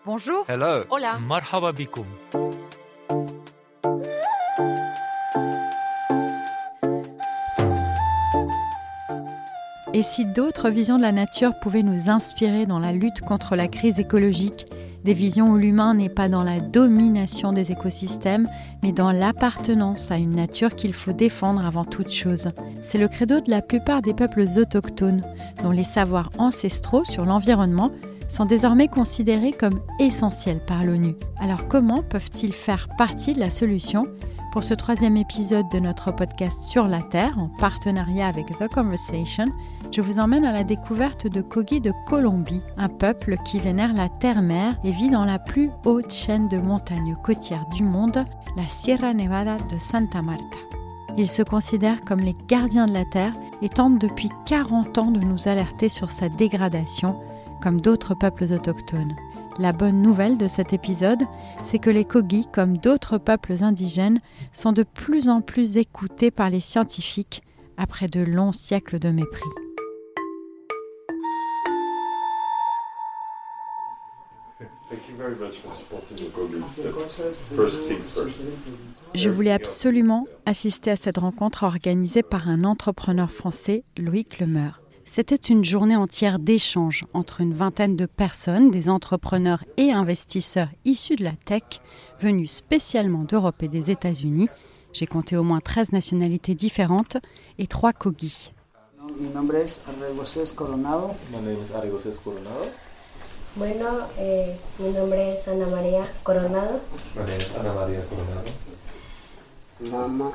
Bonjour. Hello. Hola. مرحبا بكم. Et si d'autres visions de la nature pouvaient nous inspirer dans la lutte contre la crise écologique, des visions où l'humain n'est pas dans la domination des écosystèmes, mais dans l'appartenance à une nature qu'il faut défendre avant toute chose. C'est le credo de la plupart des peuples autochtones, dont les savoirs ancestraux sur l'environnement sont désormais considérés comme essentiels par l'ONU. Alors comment peuvent-ils faire partie de la solution ? Pour ce 3e épisode de notre podcast Sur la Terre, en partenariat avec The Conversation, je vous emmène à la découverte de Kogi de Colombie, un peuple qui vénère la terre-mère et vit dans la plus haute chaîne de montagnes côtières du monde, la Sierra Nevada de Santa Marta. Ils se considèrent comme les gardiens de la Terre et tentent depuis 40 ans de nous alerter sur sa dégradation, comme d'autres peuples autochtones. La bonne nouvelle de cet épisode, c'est que les Kogi, comme d'autres peuples indigènes, sont de plus en plus écoutés par les scientifiques après de longs siècles de mépris. Je voulais absolument assister à cette rencontre organisée par un entrepreneur français, Loïc Lemeur. C'était une journée entière d'échanges entre une vingtaine de personnes, des entrepreneurs et investisseurs issus de la tech, venus spécialement d'Europe et des États-Unis. J'ai compté au moins 13 nationalités différentes et 3 Kogi. Mi nombre es Arregoses Coronado. My name is Arregoses Coronado. Bueno, mi nombre es Ana María Coronado. My name is Ana María Coronado. Mama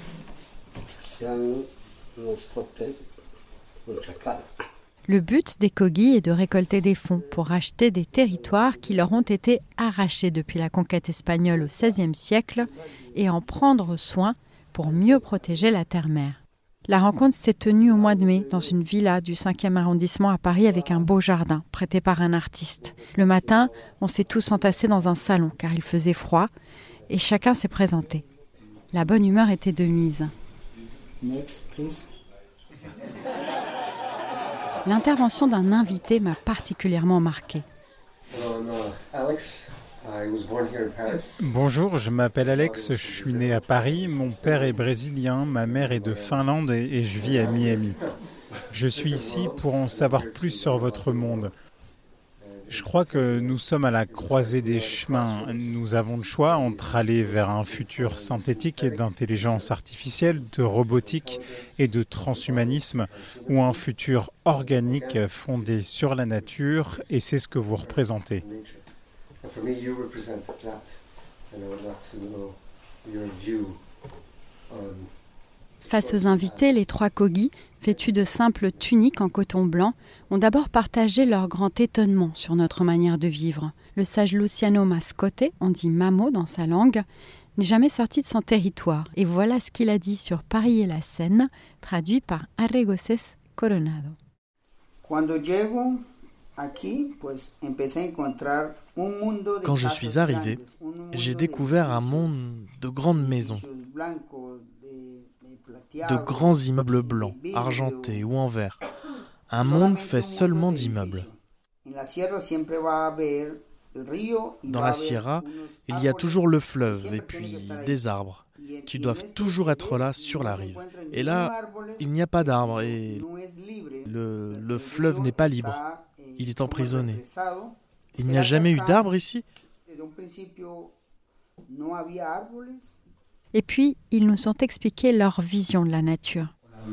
Sian Noscote Chacal. Le but des Kogi est de récolter des fonds pour racheter des territoires qui leur ont été arrachés depuis la conquête espagnole au XVIe siècle et en prendre soin pour mieux protéger la terre-mère. La rencontre s'est tenue au mois de mai dans une villa du 5e arrondissement à Paris avec un beau jardin prêté par un artiste. Le matin, on s'est tous entassés dans un salon car il faisait froid et chacun s'est présenté. La bonne humeur était de mise. Next, please. L'intervention d'un invité m'a particulièrement marquée. Alex. I was born here in Paris. Bonjour, je m'appelle Alex, je suis né à Paris, mon père est brésilien, ma mère est de Finlande et je vis à Miami. Je suis ici pour en savoir plus sur votre monde. Je crois que nous sommes à la croisée des chemins. Nous avons le choix entre aller vers un futur synthétique et d'intelligence artificielle, de robotique et de transhumanisme, ou un futur organique fondé sur la nature, et c'est ce que vous représentez. For me, you represent that, and I would like to know your view on. Face aux invités, les 3 Kogi, vêtus de simples tuniques en coton blanc, ont d'abord partagé leur grand étonnement sur notre manière de vivre. Le sage Luciano Mascote, on dit Mamo dans sa langue, n'est jamais sorti de son territoire. Et voilà ce qu'il a dit sur Paris et la Seine, traduit par Arregoses Coronado. Quand je suis arrivé, j'ai découvert un monde de grandes maisons, de grands immeubles blancs, argentés ou en verre. Un monde fait seulement d'immeubles. Dans la Sierra, il y a toujours le fleuve et puis des arbres qui doivent toujours être là sur la rive. Et là, il n'y a pas d'arbres et le fleuve n'est pas libre. Il est emprisonné. Il n'y a jamais eu d'arbres ici ? Et puis, ils nous ont expliqué leur vision de la nature.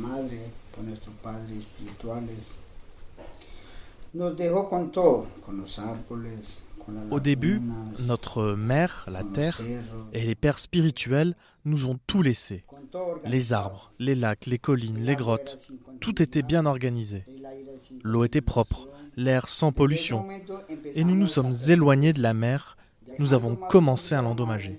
Au début, notre mère, la terre, et les pères spirituels nous ont tout laissé. Les arbres, les lacs, les collines, les grottes, tout était bien organisé. L'eau était propre, l'air sans pollution. Et nous nous sommes éloignés de la mer, nous avons commencé à l'endommager.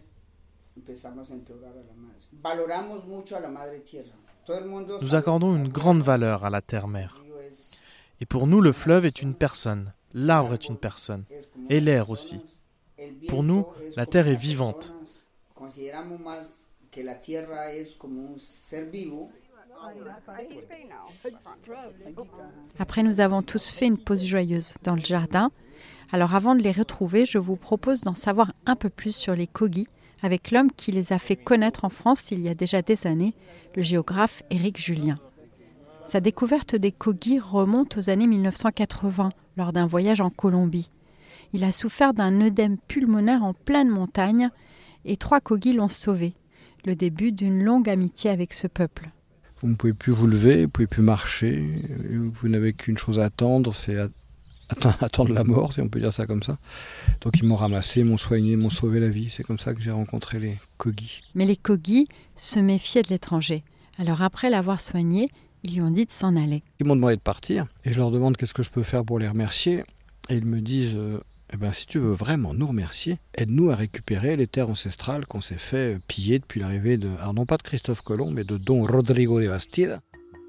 Nous accordons une grande valeur à la terre-mère. Et pour nous, le fleuve est une personne, l'arbre est une personne, et l'air aussi. Pour nous, la terre est vivante. Après, nous avons tous fait une pause joyeuse dans le jardin. Alors avant de les retrouver, je vous propose d'en savoir un peu plus sur les Kogi avec l'homme qui les a fait connaître en France il y a déjà des années, le géographe Éric Julien. Sa découverte des Kogi remonte aux années 1980, lors d'un voyage en Colombie. Il a souffert d'un œdème pulmonaire en pleine montagne et 3 Kogi l'ont sauvé. Le début d'une longue amitié avec ce peuple. Vous ne pouvez plus vous lever, vous ne pouvez plus marcher, vous n'avez qu'une chose à attendre, c'est attendre la mort, si on peut dire ça comme ça. Donc ils m'ont ramassé, m'ont soigné, m'ont sauvé la vie. C'est comme ça que j'ai rencontré les Kogi. Mais les Kogi se méfiaient de l'étranger. Alors après l'avoir soigné, ils lui ont dit de s'en aller. Ils m'ont demandé de partir et je leur demande qu'est-ce que je peux faire pour les remercier. Et ils me disent, si tu veux vraiment nous remercier, aide-nous à récupérer les terres ancestrales qu'on s'est fait piller depuis l'arrivée de, alors non pas de Christophe Colomb, mais de Don Rodrigo de Bastida.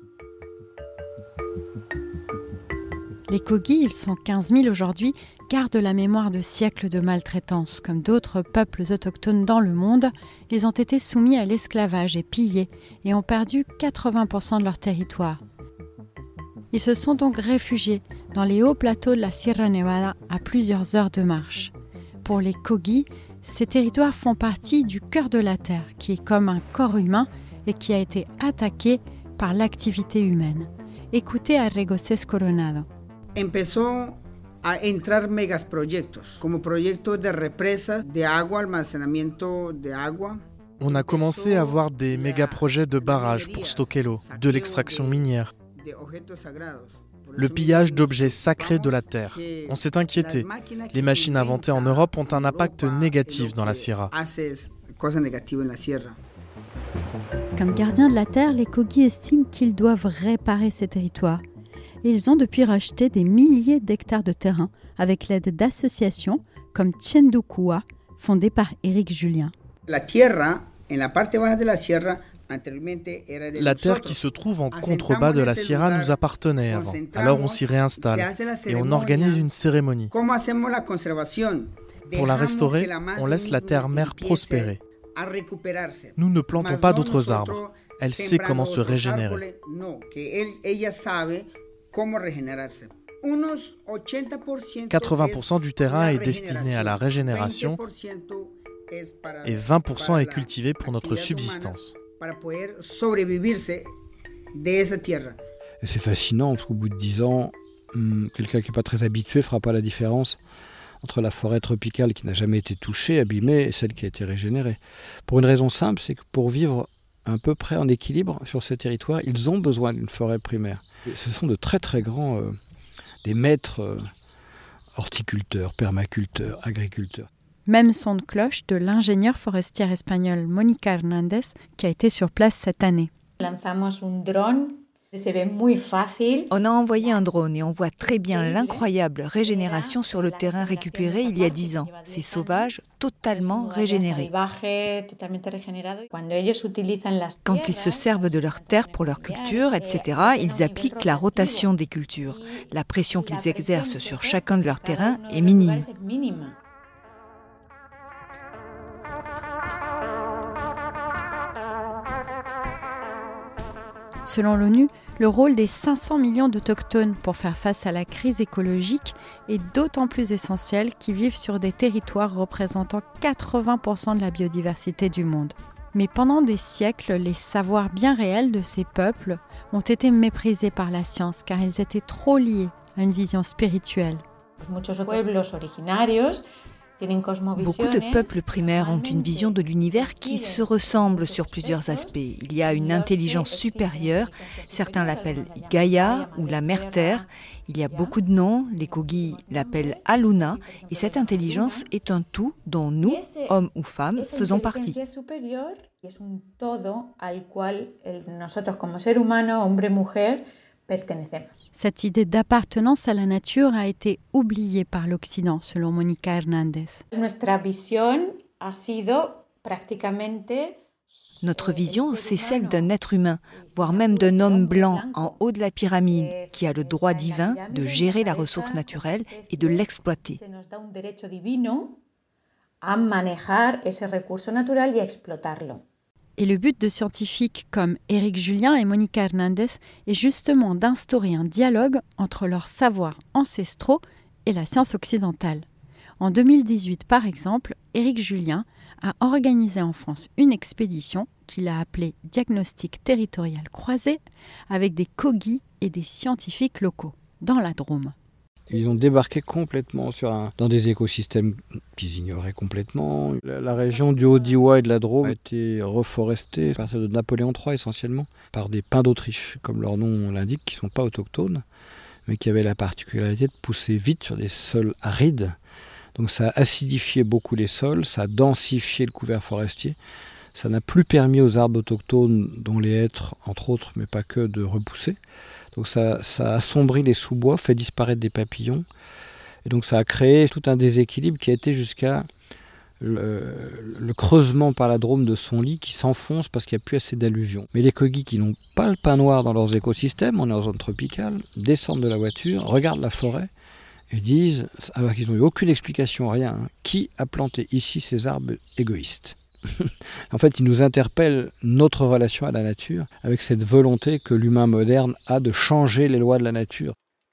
Les Kogi, ils sont 15 000 aujourd'hui, gardent la mémoire de siècles de maltraitance. Comme d'autres peuples autochtones dans le monde, ils ont été soumis à l'esclavage et pillés et ont perdu 80% de leur territoire. Ils se sont donc réfugiés dans les hauts plateaux de la Sierra Nevada à plusieurs heures de marche. Pour les Kogi, ces territoires font partie du cœur de la terre, qui est comme un corps humain et qui a été attaqué par l'activité humaine. Écoutez a Regocés Coronado. Empezó a entrar megaproyectos, como proyectos de represas, de agua, almacenamiento de agua. On a commencé à avoir des méga-projets de barrages pour stocker l'eau, de l'extraction minière, le pillage d'objets sacrés de la terre. On s'est inquiété. Les machines inventées en Europe ont un impact négatif dans la Sierra. Comme gardiens de la terre, les Kogi estiment qu'ils doivent réparer ces territoires. Et ils ont depuis racheté des milliers d'hectares de terrain avec l'aide d'associations comme Tchendukua, fondée par Éric Julien. La terre qui se trouve en contrebas de la Sierra nous appartenait avant. Alors on s'y réinstalle et on organise une cérémonie. Pour la restaurer, on laisse la terre-mère prospérer. Nous ne plantons pas d'autres arbres. Elle sait comment se régénérer. 80% du terrain est destiné à la régénération et 20% est cultivé pour notre subsistance. Et c'est fascinant parce qu'au bout de 10 ans, quelqu'un qui n'est pas très habitué ne fera pas la différence entre la forêt tropicale qui n'a jamais été touchée, abîmée, et celle qui a été régénérée. Pour une raison simple, c'est que pour vivre à peu près en équilibre sur ces territoires, ils ont besoin d'une forêt primaire. Et ce sont de très très grands, des maîtres horticulteurs, permaculteurs, agriculteurs. Même son de cloche de l'ingénieure forestière espagnole Mónica Hernández qui a été sur place cette année. On a envoyé un drone et on voit très bien l'incroyable régénération sur le terrain récupéré il y a 10 ans. C'est sauvage, totalement régénéré. Quand ils se servent de leurs terres pour leur culture, etc., ils appliquent la rotation des cultures. La pression qu'ils exercent sur chacun de leurs terrains est minime. Selon l'ONU, le rôle des 500 millions d'autochtones pour faire face à la crise écologique est d'autant plus essentiel qu'ils vivent sur des territoires représentant 80% de la biodiversité du monde. Mais pendant des siècles, les savoirs bien réels de ces peuples ont été méprisés par la science car ils étaient trop liés à une vision spirituelle. Beaucoup de peuples primaires ont une vision de l'univers qui se ressemble sur plusieurs aspects. Il y a une intelligence supérieure, certains l'appellent Gaïa ou la mère-terre. Il y a beaucoup de noms, les Kogi l'appellent Aluna, et cette intelligence est un tout dont nous, hommes ou femmes, faisons partie. Cette idée d'appartenance à la nature a été oubliée par l'Occident, selon Mónica Hernández. Notre vision, c'est celle d'un être humain, voire même d'un homme blanc en haut de la pyramide, qui a le droit divin de gérer la ressource naturelle et de l'exploiter. Et le but de scientifiques comme Éric Julien et Mónica Hernández est justement d'instaurer un dialogue entre leurs savoirs ancestraux et la science occidentale. En 2018, par exemple, Éric Julien a organisé en France une expédition qu'il a appelée « Diagnostic territorial croisé » avec des Kogis et des scientifiques locaux, dans la Drôme. Ils ont débarqué complètement dans des écosystèmes qu'ils ignoraient complètement. La région du Haut-Diois et de la Drôme a été reforestée à partir de Napoléon III essentiellement par des pins d'Autriche, comme leur nom l'indique, qui ne sont pas autochtones, mais qui avaient la particularité de pousser vite sur des sols arides. Donc ça a acidifié beaucoup les sols, ça a densifié le couvert forestier. Ça n'a plus permis aux arbres autochtones, dont les hêtres, entre autres, mais pas que, de repousser. Donc ça a assombri les sous-bois, fait disparaître des papillons. Et donc ça a créé tout un déséquilibre qui a été jusqu'à le creusement par la Drôme de son lit qui s'enfonce parce qu'il n'y a plus assez d'alluvions. Mais les Kogis qui n'ont pas le pin noir dans leurs écosystèmes, on est en zone tropicale, descendent de la voiture, regardent la forêt et disent, alors qu'ils n'ont eu aucune explication, rien, qui a planté ici ces arbres égoïstes ? En fait, il nous interpelle notre relation à la nature avec cette volonté que l'humain moderne a de changer les lois de la nature.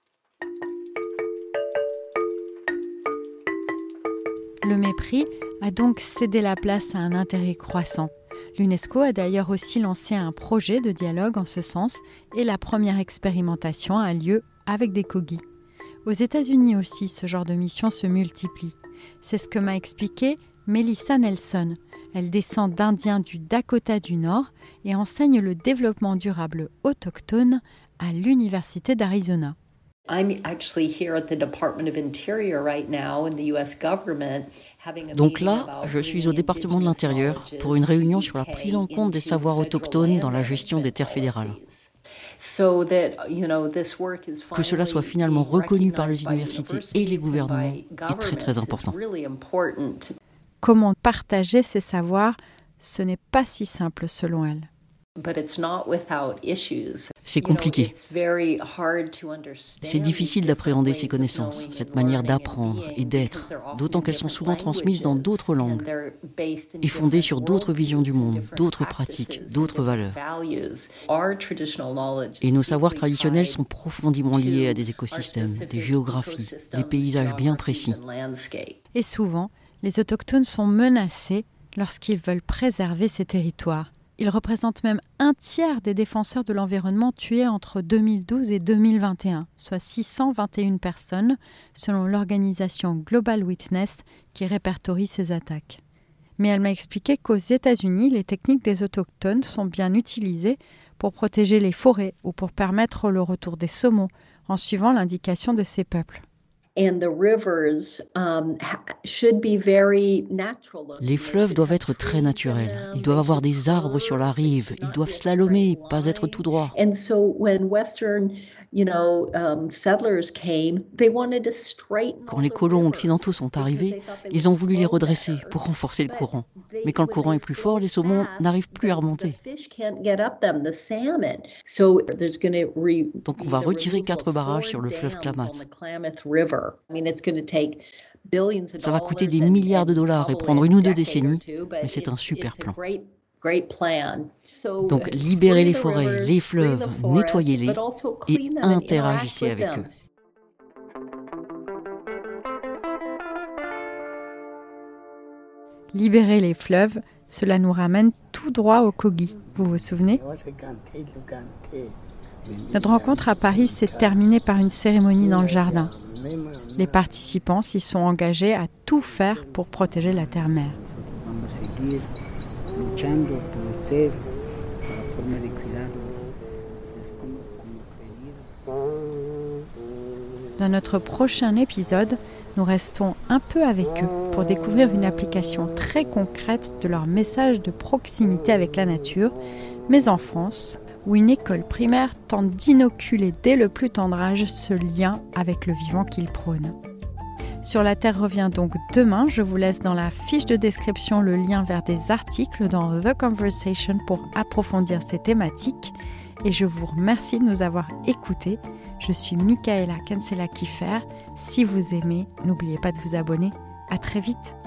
Le mépris a donc cédé la place à un intérêt croissant. L'UNESCO a d'ailleurs aussi lancé un projet de dialogue en ce sens et la première expérimentation a lieu avec des Kogis. Aux États-Unis aussi, ce genre de mission se multiplie. C'est ce que m'a expliqué Melissa Nelson. Elle descend d'Indiens du Dakota du Nord et enseigne le développement durable autochtone à l'Université d'Arizona. Donc là, je suis au département de l'Intérieur pour une réunion sur la prise en compte des savoirs autochtones dans la gestion des terres fédérales. Que cela soit finalement reconnu par les universités et les gouvernements est très très important. Comment partager ces savoirs, ce n'est pas si simple selon elle. C'est compliqué. C'est difficile d'appréhender ces connaissances, cette manière d'apprendre et d'être, d'autant qu'elles sont souvent transmises dans d'autres langues et fondées sur d'autres visions du monde, d'autres pratiques, d'autres valeurs. Et nos savoirs traditionnels sont profondément liés à des écosystèmes, des géographies, des paysages bien précis. Et souvent, les autochtones sont menacés lorsqu'ils veulent préserver ces territoires. Ils représentent même un tiers des défenseurs de l'environnement tués entre 2012 et 2021, soit 621 personnes, selon l'organisation Global Witness qui répertorie ces attaques. Mais elle m'a expliqué qu'aux États-Unis, les techniques des autochtones sont bien utilisées pour protéger les forêts ou pour permettre le retour des saumons, en suivant l'indication de ces peuples. Les fleuves doivent être très naturels. Ils doivent avoir des arbres sur la rive. Ils doivent slalomer, pas être tout droits. Quand les colons occidentaux sont arrivés, ils ont voulu les redresser pour renforcer le courant. Mais quand le courant est plus fort, les saumons n'arrivent plus à remonter. Donc on va retirer 4 barrages sur le fleuve Klamath. Ça va coûter des milliards de dollars et prendre 1 ou 2 décennies, mais c'est un super plan. Donc libérez les forêts, les fleuves, nettoyez-les et interagissez avec eux. Libérer les fleuves, cela nous ramène tout droit au Kogi. Vous vous souvenez ? Notre rencontre à Paris s'est terminée par une cérémonie dans le jardin. Les participants s'y sont engagés à tout faire pour protéger la terre-mère. Dans notre prochain épisode, nous restons un peu avec eux pour découvrir une application très concrète de leur message de proximité avec la nature, mais en France, où une école primaire tente d'inoculer dès le plus tendre âge ce lien avec le vivant qu'ils prônent. Sur la Terre revient donc demain. Je vous laisse dans la fiche de description le lien vers des articles dans The Conversation pour approfondir ces thématiques. Et je vous remercie de nous avoir écoutés. Je suis Michaela Cancela-Kiffer. Si vous aimez, n'oubliez pas de vous abonner. À très vite.